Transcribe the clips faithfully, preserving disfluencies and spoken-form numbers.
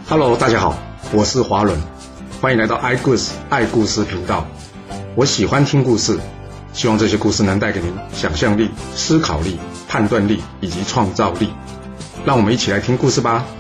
Hello， 大家好，我是华伦，欢迎来到爱故事爱故事频道。我喜欢听故事，希望这些故事能带给您想象力、思考力、判断力以及创造力。让我们一起来听故事吧。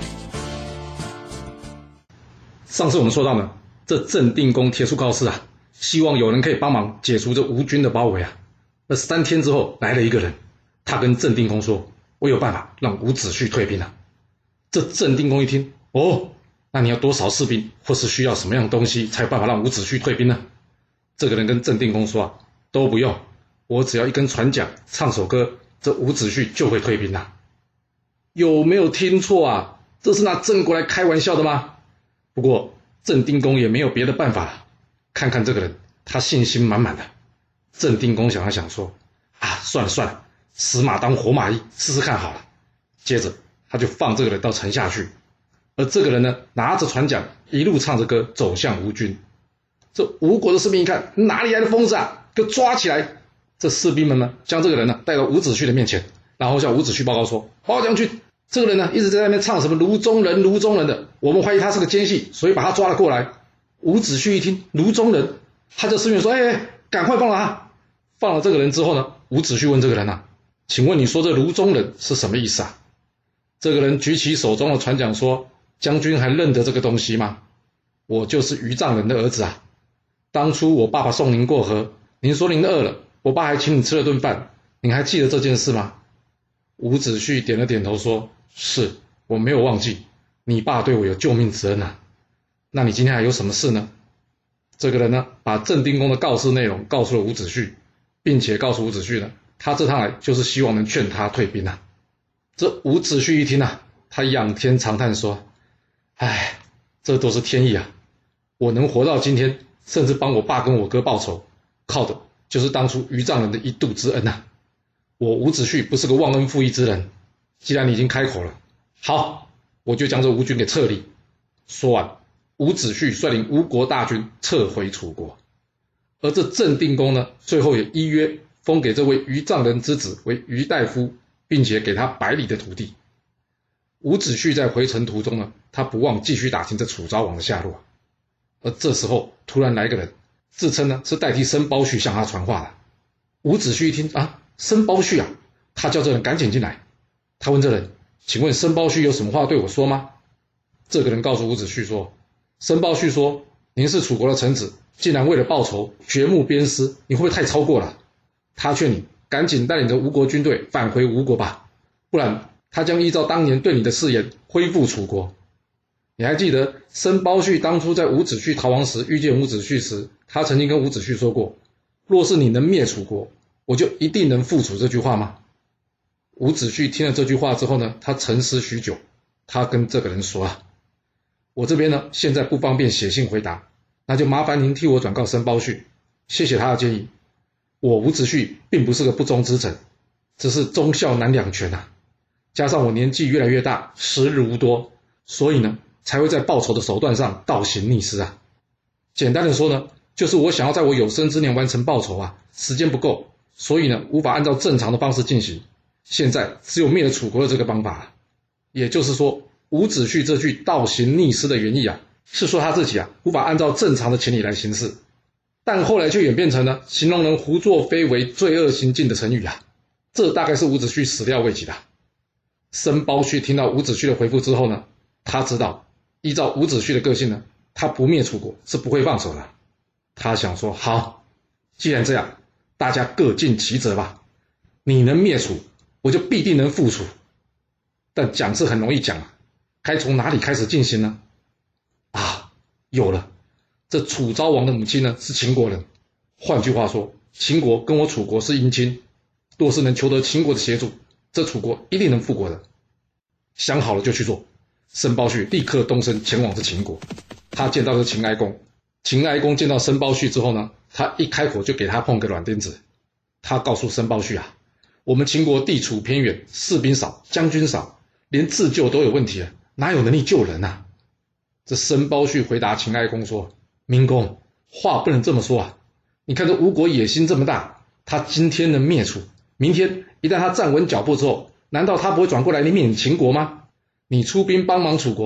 上次我们说到呢，这郑定公贴出告示啊，希望有人可以帮忙解除这吴军的包围啊。那三天之后来了一个人，他跟郑定公说：“我有办法让伍子胥退兵啊。”这郑定公一听，哦，那你要多少士兵，或是需要什么样的东西才有办法让伍子胥退兵呢？这个人跟郑定公说啊，都不用，我只要一根船桨，唱首歌，这伍子胥就会退兵啊。有没有听错啊？这是拿郑国来开玩笑的吗？不过郑定公也没有别的办法了，看看这个人，他信心满满的。郑定公想了想说：“啊，算了算了，死马当活马医，试试看好了。”接着他就放这个人到城下去，而这个人呢，拿着船桨，一路唱着歌走向吴军。这吴国的士兵一看，哪里来的疯子啊，给我抓起来！这士兵们呢，将这个人呢带到伍子胥的面前，然后向伍子胥报告说：“报将军，这个人呢一直在那边唱什么卢中人卢中人的，我们怀疑他是个奸细，所以把他抓了过来。”伍子胥一听卢中人，他就士兵说：“哎哎，赶快放了他！”放了这个人之后呢，伍子胥问这个人啊：“请问你说这卢中人是什么意思啊？”这个人举起手中的船桨说：“将军还认得这个东西吗？我就是于丈人的儿子啊。当初我爸爸送您过河，您说您饿了，我爸还请你吃了顿饭，您还记得这件事吗？”伍子胥点了点头说：“是，我没有忘记，你爸对我有救命之恩啊。那你今天还有什么事呢？”这个人呢，把郑定公的告示内容告诉了伍子胥，并且告诉伍子胥呢，他这趟来就是希望能劝他退兵啊。这伍子胥一听啊，他仰天长叹说：“唉，这都是天意啊！我能活到今天，甚至帮我爸跟我哥报仇，靠的就是当初于丈人的一肚之恩啊！我伍子胥不是个忘恩负义之人，既然你已经开口了，好，我就将这吴军给撤离。”说完，伍子胥率领吴国大军撤回楚国，而这郑定公呢，最后也依约封给这位于丈人之子为于大夫，并且给他百里的土地。伍子胥在回程途中呢，他不忘继续打听这楚昭王的下落。而这时候突然来一个人，自称呢是代替申包胥向他传话的。伍子胥一听啊，申包胥啊，他叫这人赶紧进来。他问这人：“请问申包胥有什么话对我说吗？”这个人告诉伍子胥说：“申包胥说，您是楚国的臣子，竟然为了报仇掘墓鞭尸，你会不会太超过了？他劝你赶紧带领着吴国军队返回吴国吧，不然他将依照当年对你的誓言恢复楚国。”你还记得申包胥当初在伍子胥逃亡时遇见伍子胥时，他曾经跟伍子胥说过：“若是你能灭楚国，我就一定能复楚”这句话吗？伍子胥听了这句话之后呢，他沉思许久，他跟这个人说啊：“我这边呢现在不方便写信回答，那就麻烦您替我转告申包胥，谢谢他的建议。我伍子胥并不是个不忠之臣，只是忠孝难两全啊。加上我年纪越来越大，时日无多，所以呢才会在报仇的手段上倒行逆施啊。简单的说呢，就是我想要在我有生之年完成报仇啊，时间不够，所以呢无法按照正常的方式进行。现在只有灭了楚国的这个方法啊。也就是说，伍子胥这句倒行逆施的原意啊，是说他自己啊无法按照正常的情理来行事，但后来却演变成了形容人胡作非为、罪恶行径的成语啊。这大概是伍子胥始料未及的。申包胥听到伍子胥的回复之后呢，他知道依照伍子胥的个性呢，他不灭楚国是不会放手的。他想说：“好，既然这样，大家各尽其责吧。你能灭楚，我就必定能复楚。但讲是很容易讲啊，该从哪里开始进行呢？”啊，有了，这楚昭王的母亲呢是秦国人，换句话说，秦国跟我楚国是姻亲，若是能求得秦国的协助，这楚国一定能复国的。想好了就去做。申包胥立刻动身前往这秦国，他见到这秦哀公。秦哀公见到申包胥之后呢，他一开口就给他碰个软钉子。他告诉申包胥啊，我们秦国地处偏远，士兵少，将军少，连自救都有问题了，哪有能力救人啊？这申包胥回答秦哀公说：“明公，话不能这么说啊！你看这吴国野心这么大，他今天能灭楚，明天一旦他站稳脚步之后，难道他不会转过来灭你秦国吗？你出兵帮忙楚国，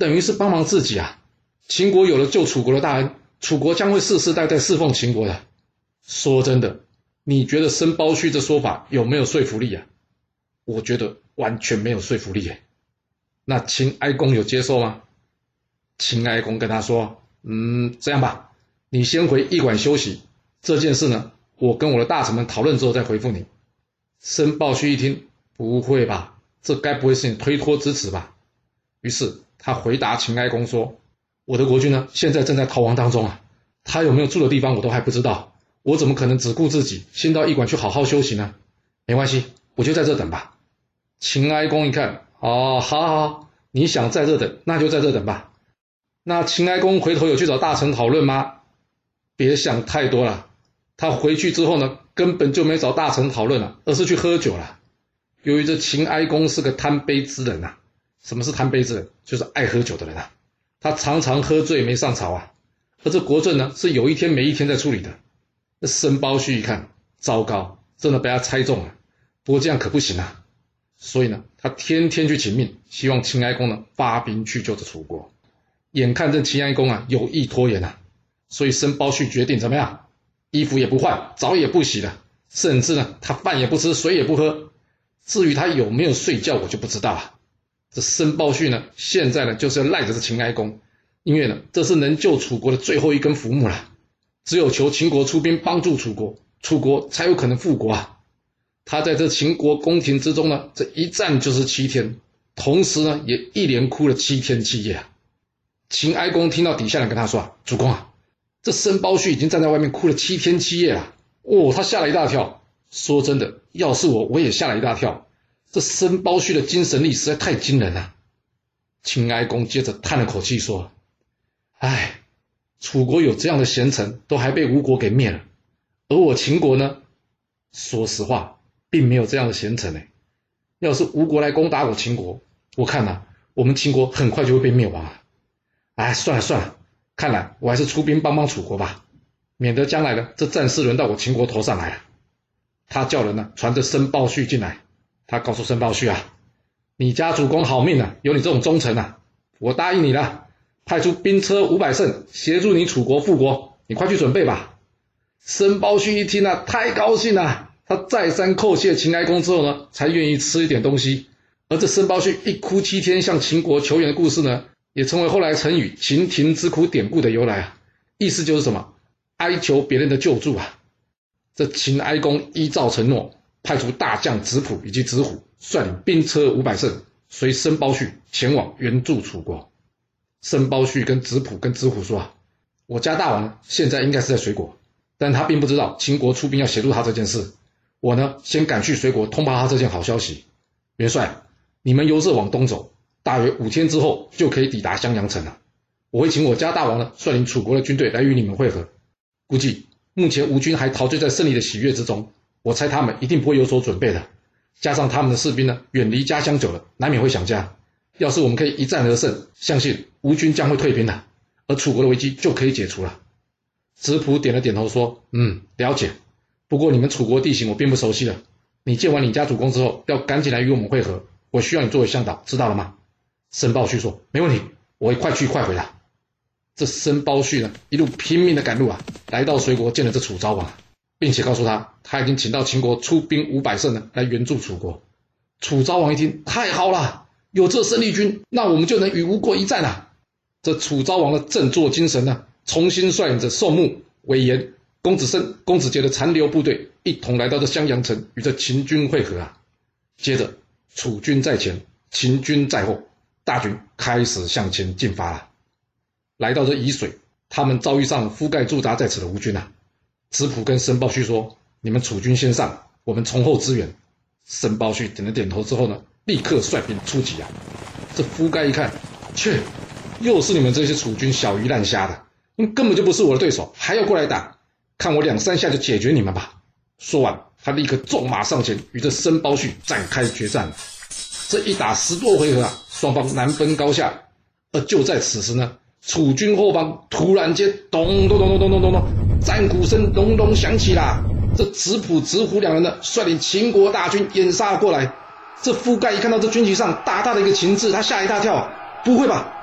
等于是帮忙自己啊。秦国有了救楚国的大恩，楚国将会世世代代侍奉秦国的。说真的，你觉得申包胥这说法有没有说服力啊？我觉得完全没有说服力耶。那秦哀公有接受吗？秦哀公跟他说，嗯，这样吧，你先回驿馆休息，这件事呢，我跟我的大臣们讨论之后再回复你。申包胥一听，不会吧，这该不会是你推脱之词吧？于是他回答秦哀公说，我的国君呢，现在正在逃亡当中啊，他有没有住的地方我都还不知道，我怎么可能只顾自己，先到驿馆去好好休息呢？没关系，我就在这等吧。秦哀公一看，哦，好好好，你想在这等，那就在这等吧。那秦哀公回头有去找大臣讨论吗？别想太多了，他回去之后呢，根本就没找大臣讨论了，而是去喝酒了。由于这秦哀公是个贪杯之人啊，什么是贪杯之人？就是爱喝酒的人啊。他常常喝醉没上朝啊，而这国政呢，是有一天没一天在处理的。那申包胥一看，糟糕，真的被他猜中了。不过这样可不行啊，所以呢，他天天去请命，希望秦哀公呢发兵去救这楚国。眼看这秦哀公啊有意拖延啊，所以申包胥决定怎么样？衣服也不换，澡也不洗了，甚至呢，他饭也不吃，水也不喝。至于他有没有睡觉，我就不知道了。这申包胥呢，现在呢就是要赖着这秦哀公，因为呢，这是能救楚国的最后一根浮木了。只有求秦国出兵帮助楚国，楚国才有可能复国啊。他在这秦国宫廷之中呢，这一站就是七天，同时呢，也一连哭了七天七夜啊。秦哀公听到底下人跟他说啊，主公啊，这申包胥已经站在外面哭了七天七夜了。哦，他吓了一大跳。说真的，要是我，我也吓了一大跳。这申包胥的精神力实在太惊人了。秦哀公接着叹了口气说，唉，楚国有这样的贤臣，都还被吴国给灭了，而我秦国呢，说实话，并没有这样的贤臣诶。要是吴国来攻打我秦国，我看啊，我们秦国很快就会被灭亡啊。哎，算了算了，看来我还是出兵帮帮楚国吧，免得将来呢，这战事轮到我秦国头上来了。他叫人呢传着申包胥进来，他告诉申包胥啊，你家主公好命啊，有你这种忠臣啊，我答应你了，派出兵车五百乘协助你楚国复国，你快去准备吧。申包胥一听啊，太高兴了，他再三叩谢秦哀公之后呢，才愿意吃一点东西。而这申包胥一哭七天向秦国求援的故事呢，也成为后来成语秦庭之哭典故的由来啊，意思就是什么？哀求别人的救助啊。这秦哀公依照承诺，派出大将子普以及子虎，率领兵车五百乘，随申包胥前往援助楚国。申包胥跟子普跟子虎说啊，我家大王现在应该是在随国，但他并不知道秦国出兵要协助他这件事。我呢，先赶去随国通报他这件好消息。元帅，你们由这往东走，大约五天之后就可以抵达襄阳城了。我会请我家大王呢，率领楚国的军队来与你们会合。估计目前吴军还陶醉在胜利的喜悦之中，我猜他们一定不会有所准备的。加上他们的士兵呢，远离家乡久了，难免会想家。要是我们可以一战而胜，相信吴军将会退兵的，而楚国的危机就可以解除了。子普点了点头说，嗯，了解。不过你们楚国地形我并不熟悉了，你见完你家主公之后，要赶紧来与我们会合，我需要你作为向导，知道了吗？申包胥说，没问题，我会快去快回的。这申包胥呢，一路拼命的赶路啊，来到随国见了这楚昭王，并且告诉他，他已经请到秦国出兵五百乘呢，来援助楚国。楚昭王一听，太好了，有这生力军，那我们就能与吴国一战了。这楚昭王的振作精神呢，重新率领着宋穆、韦严、公子申、公子杰的残留部队，一同来到这襄阳城与这秦军会合啊。接着，楚军在前，秦军在后，大军开始向前进发了。来到这沂水，他们遭遇上覆盖驻扎在此的吴军啊。子普跟申包胥说，你们楚军先上，我们从后支援。申包胥点了点头之后呢，立刻率兵出击啊。这覆盖一看，切，又是你们这些楚军小鱼烂虾的，你们根本就不是我的对手，还要过来打，看我两三下就解决你们吧。说完，他立刻纵马上前，与这申包胥展开决战。这一打十多回合啊，双方难分高下。而就在此时呢，楚军后方突然间咚咚咚咚咚咚咚咚，战鼓声隆隆响起啦。这子普、子虎两人呢，率领秦国大军掩杀过来。这覆盖一看到这军旗上大大的一个秦字，他吓一大跳啊！不会吧？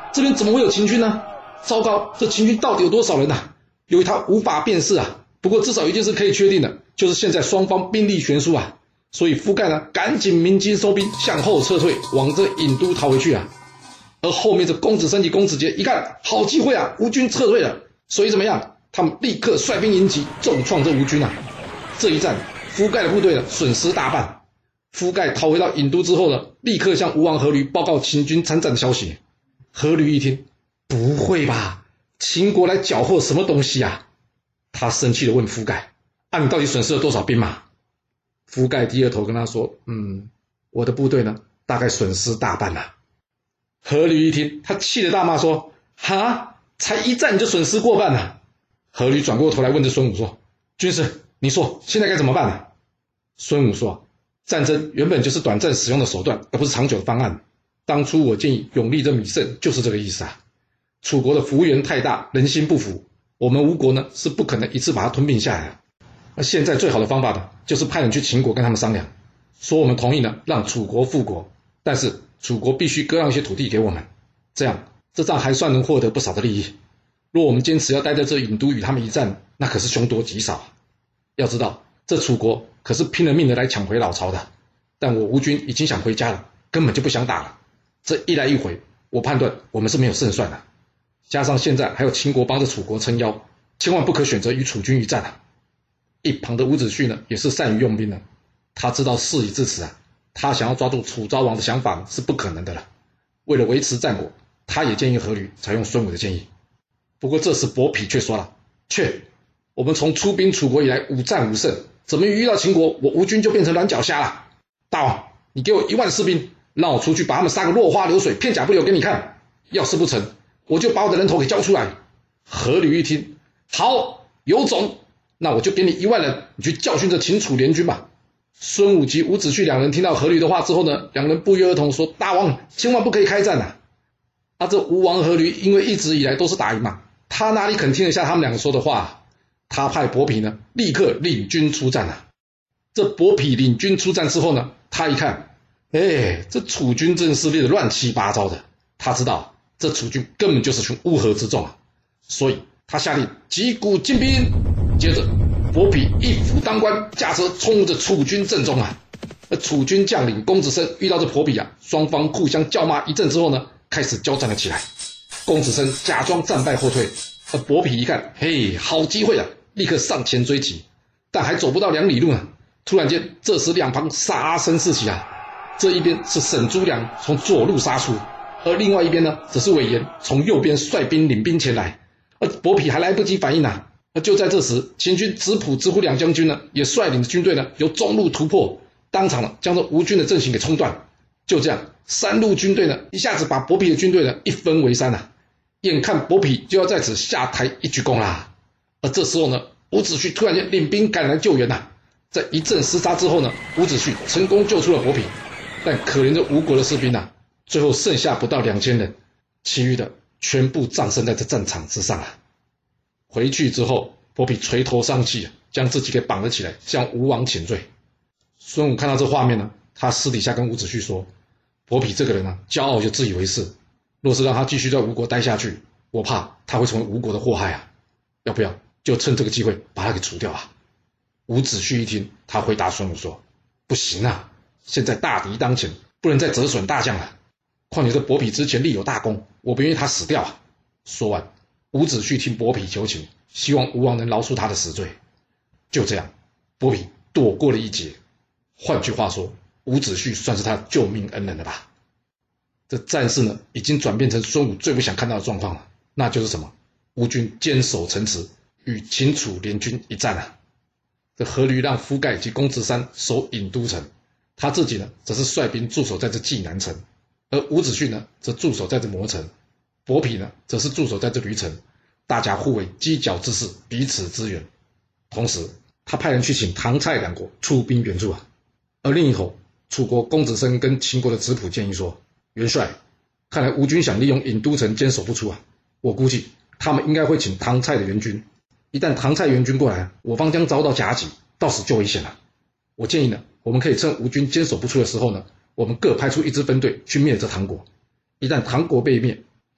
这边怎么会有秦军呢？糟糕，这秦军到底有多少人啊？由于他无法辨识啊，不过至少一件事可以确定的，就是现在双方兵力悬殊啊，所以夫盖呢赶紧鸣金收兵，向后撤退，往这郢都逃回去啊。而后面这公子申及、公子捷一看，好机会啊，吴军撤退了，所以怎么样？他们立刻率兵迎击，重创这吴军啊。这一战，夫盖的部队呢损失大半。夫盖逃回到郢都之后呢，立刻向吴王阖闾报告秦军参战的消息。阖闾一听，不会吧，秦国来缴获什么东西啊？他生气地问夫盖：“啊，你到底损失了多少兵马？”夫盖低着头跟他说：“嗯，我的部队呢，大概损失大半了。”阖闾一听，他气得大骂说：“哈，才一战你就损失过半了！”阖闾转过头来问着孙武说：“军师，你说现在该怎么办呢？”孙武说：“战争原本就是短暂使用的手段，而不是长久的方案。当初我建议永立这米胜，就是这个意思啊。楚国的幅员太大，人心不服，我们吴国呢是不可能一次把它吞并下来的。那现在最好的方法呢，就是派人去秦国跟他们商量，说我们同意呢让楚国复国，但是楚国必须割让一些土地给我们，这样这仗还算能获得不少的利益。若我们坚持要待在这郢都与他们一战，那可是凶多吉少。要知道，这楚国可是拼了命的来抢回老巢的，但我吴军已经想回家了，根本就不想打了。这一来一回，我判断我们是没有胜算的。加上现在还有秦国帮着楚国撑腰，千万不可选择与楚军一战啊！一旁的伍子胥呢，也是善于用兵的，他知道事已至此啊，他想要抓住楚昭王的想法是不可能的了。为了维持战果，他也建议阖闾采用孙武的建议。不过这时伯嚭却说了：“却，我们从出兵楚国以来五战五胜，怎么一遇到秦国，我吴军就变成软脚虾了？大王，你给我一万士兵，让我出去把他们杀个落花流水，片甲不留给你看。要是不成，我就把我的人头给交出来。”阖闾一听，好，有种，那我就给你一万人，你去教训这秦楚联军吧。孙武及伍子胥两人听到阖闾的话之后呢，两人不约而同说：“大王，千万不可以开战啊！”啊，这吴王阖闾因为一直以来都是打赢嘛，他哪里肯听得下他们两个说的话啊？他派伯嚭呢，立刻领军出战啊。这伯嚭领军出战之后呢，他一看，哎，这楚军阵势列得乱七八糟的，他知道这楚军根本就是群乌合之众啊，所以他下令击鼓进兵。接着伯嚭一夫当关，驾车冲入这楚军阵中啊。而楚军将领公子申遇到这伯嚭啊，双方互相叫骂一阵之后呢，开始交战了起来。公子申假装战败后退，而伯嚭一看，嘿，好机会啊，立刻上前追击，但还走不到两里路呢，突然间这时两旁杀声四起啊。这一边是沈朱良从左路杀出，而另外一边呢，则是韦延从右边率兵领兵前来，而伯嚭还来不及反应啊。而就在这时，秦军子普、子虎两将军呢，也率领军队呢，由中路突破，当场呢将这吴军的阵型给冲断。就这样，三路军队呢，一下子把伯嚭的军队呢一分为三啊！眼看伯嚭就要在此下台一鞠躬啦。而这时候呢，伍子胥突然间领兵赶来救援呐、啊。在一阵厮杀之后呢，伍子胥成功救出了伯嚭，但可怜这吴国的士兵啊，最后剩下不到两千人，其余的全部葬身在这战场之上啊。回去之后，伯嚭垂头丧气，将自己给绑了起来，向吴王请罪。孙武看到这画面呢，他私底下跟伍子胥说：“伯嚭这个人啊，骄傲就自以为是，若是让他继续在吴国待下去，我怕他会成为吴国的祸害啊！要不要就趁这个机会把他给除掉啊？”伍子胥一听，他回答孙武说：“不行啊，现在大敌当前，不能再折损大将了。况且这伯嚭之前立有大功，我不愿意他死掉啊！”说完，伍子胥听伯嚭求情，希望吴王能饶恕他的死罪。就这样，伯嚭躲过了一劫。换句话说，伍子胥算是他救命恩人了吧？这战事呢，已经转变成孙武最不想看到的状况了，那就是什么？吴军坚守城池，与秦楚联军一战啊！这阖闾让夫盖及公子山守郢都城，他自己呢，则是率兵驻守在这济南城，而伍子胥呢，则驻守在这磨城。伯嚭呢，则是驻守在这驴城，大家互为犄角之势，彼此支援。同时，他派人去请唐蔡两国出兵援助啊。而另一头，楚国公子申跟秦国的子普建议说：“元帅，看来吴军想利用郢都城坚守不出啊，我估计他们应该会请唐蔡的援军。一旦唐蔡援军过来，我方将遭到夹击，到时就危险了。我建议呢，我们可以趁吴军坚守不出的时候呢，我们各派出一支分队去灭这唐国。一旦唐国被灭，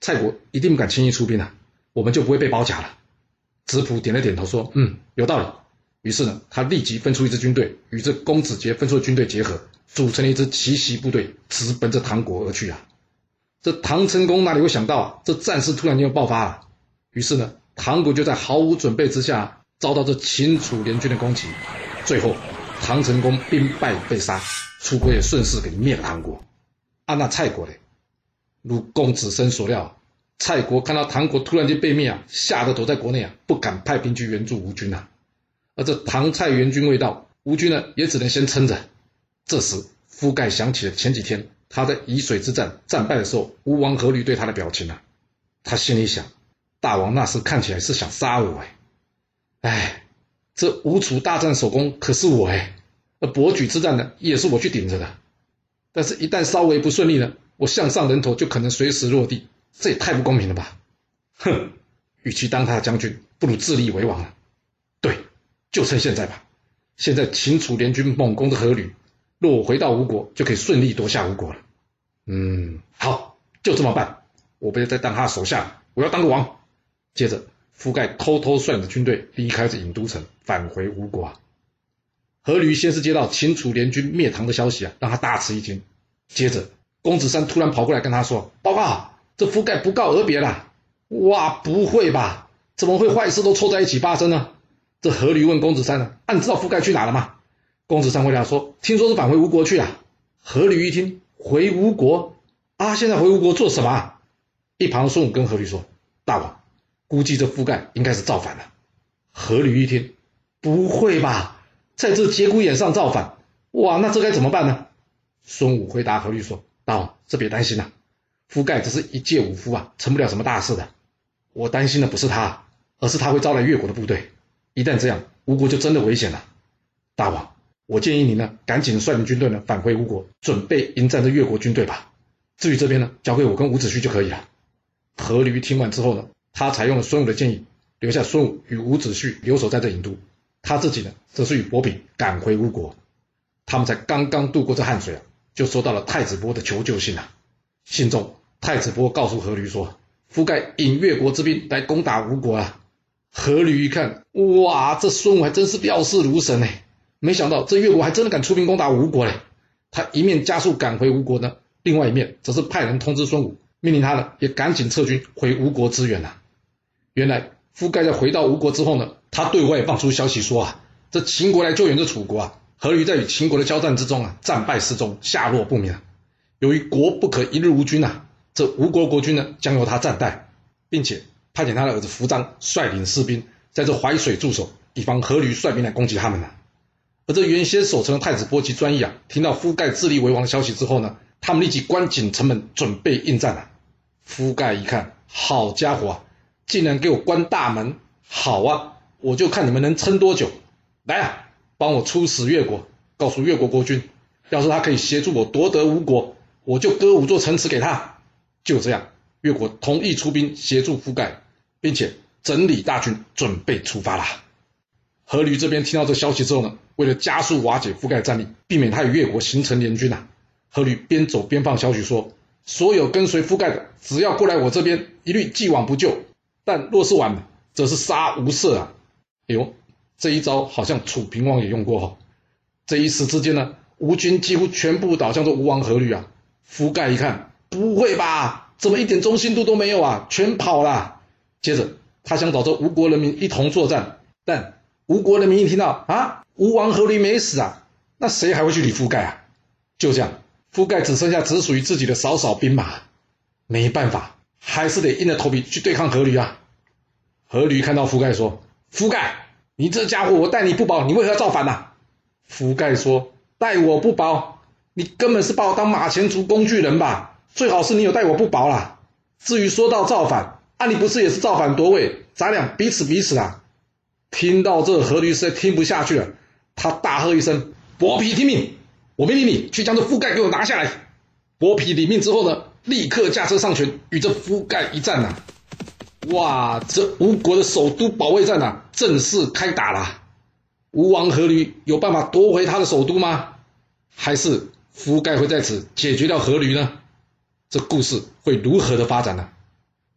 蔡国一定不敢轻易出兵啊，我们就不会被包夹了。子普点了点头说，嗯，有道理。于是呢，他立即分出一支军队，与这公子杰分出的军队结合，组成了一支奇袭部队，直奔着唐国而去啊。这唐成功哪里会想到啊，这战事突然间又爆发了。于是呢，唐国就在毫无准备之下，遭到这秦楚联军的攻击。最后，唐成功兵败被杀，楚国也顺势给灭了唐国。啊，那蔡国嘞？如公子申所料，蔡国看到唐国突然间被灭啊，吓得躲在国内啊，不敢派兵去援助吴军啊。而这唐蔡援军未到，吴军呢也只能先撑着。这时，夫盖想起了前几天他在沂水之战战败的时候，吴王阖闾对他的表情啊，他心里想，大王那时看起来是想杀我哎，哎，这吴楚大战首功可是我哎，而博举之战呢也是我去顶着的，但是一旦稍微不顺利呢，我项上人头就可能随时落地，这也太不公平了吧！哼，与其当他的将军，不如自立为王了。对，就趁现在吧。现在秦楚联军猛攻的阖闾，若我回到吴国，就可以顺利夺下吴国了。嗯，好，就这么办。我不要再当他的手下，我要当个王。接着，夫盖偷偷率领着军队离开这郢都城，返回吴国啊。阖闾先是接到秦楚联军灭唐的消息啊，让他大吃一惊。接着，公子山突然跑过来跟他说：“报告，这夫盖不告而别了。”哇，不会吧？怎么会坏事都凑在一起发生呢？这阖闾问公子山呢：“啊，你知道夫盖去哪了吗？”公子山回答说：“听说是返回吴国去啊。”阖闾一听，回吴国啊？现在回吴国做什么啊？一旁孙武跟阖闾说：“大王，估计这夫盖应该是造反了。”阖闾一听，不会吧？在这节骨眼上造反，哇，那这该怎么办呢？孙武回答阖闾说：“大王，这别担心了、啊，夫盖只是一介武夫啊，成不了什么大事的。我担心的不是他，而是他会招来越国的部队。一旦这样，吴国就真的危险了。大王，我建议您呢，赶紧率领军队呢返回吴国，准备迎战这越国军队吧。至于这边呢，交给我跟伍子胥就可以了。”阖闾听完之后呢，他采用了孙武的建议，留下孙武与伍子胥留守在这郢都，他自己呢，则是与伯嚭赶回吴国。他们才刚刚渡过这汉水啊，就收到了太子波的求救信啊。信中，太子波告诉阖闾说，夫盖引越国之兵来攻打吴国啊。阖闾一看，哇，这孙武还真是料事如神哎，没想到这越国还真的敢出兵攻打吴国嘞。他一面加速赶回吴国呢，另外一面则是派人通知孙武，命令他呢也赶紧撤军回吴国支援啊。原来夫盖在回到吴国之后呢，他对外放出消息说啊，这秦国来救援这楚国啊，阖闾在与秦国的交战之中啊，战败失踪，下落不明啊。由于国不可一日无君啊，这吴国国君呢将由他暂代，并且派遣他的儿子扶张率领士兵在这淮水驻守，以防阖闾率兵来攻击他们啊。而这原先守城的太子波及专义啊，听到夫盖自立为王的消息之后呢，他们立即关紧城门，准备应战啊。夫盖一看，好家伙啊，竟然给我关大门，好啊，我就看你们能撑多久。来啊，帮我出使越国，告诉越国国君，要是他可以协助我夺得吴国，我就割五座城池给他。就这样，越国同意出兵协助夫盖，并且整理大军，准备出发啦。阖闾这边听到这消息之后呢，为了加速瓦解夫盖战力，避免他与越国形成联军啊，阖闾边走边放消息说，所有跟随夫盖的，只要过来我这边，一律既往不咎，但若是晚了，则是杀无赦啊。哎呦，这一招好像楚平王也用过哦。这一时之间呢，吴军几乎全部倒向这吴王阖闾啊。夫盖一看，不会吧，怎么一点忠心度都没有啊，全跑了。接着他想找这吴国人民一同作战，但吴国人民一听到啊，吴王阖闾没死啊，那谁还会去理夫盖啊？就这样，夫盖只剩下只属于自己的少少兵马，没办法，还是得硬着头皮去对抗阖闾啊。阖闾看到夫盖说，夫盖，你这家伙我待你不薄，你为何要造反啊？夫盖说，待我不薄，你根本是把我当马前卒工具人吧，最好是你有待我不薄啦。至于说到造反啊，你不是也是造反夺位，咱俩彼此彼此啊。听到这，阖闾实在听不下去了，他大喝一声，伯嚭听命，我命令你去将这夫盖给我拿下来。伯嚭领命之后呢，立刻驾车上前与这夫盖一战啊。哇，这吴国的首都保卫战啊，正式开打了。吴王阖闾有办法夺回他的首都吗？还是夫盖会在此解决掉阖闾呢？这故事会如何的发展呢？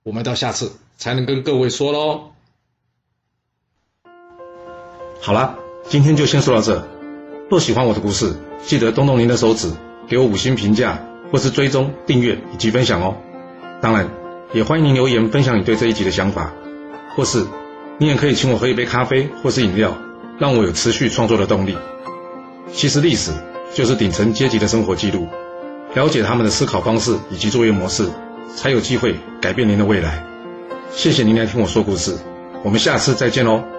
我们到下次才能跟各位说咯。 好啦，今天就先说到这。若喜欢我的故事，记得动动您的手指，给我五星评价，或是追踪、订阅以及分享哦。当然，也欢迎您留言分享你对这一集的想法，或是你也可以请我喝一杯咖啡或是饮料，让我有持续创作的动力。其实历史就是顶层阶级的生活记录，了解他们的思考方式以及作业模式，才有机会改变您的未来。谢谢您来听我说故事，我们下次再见喽。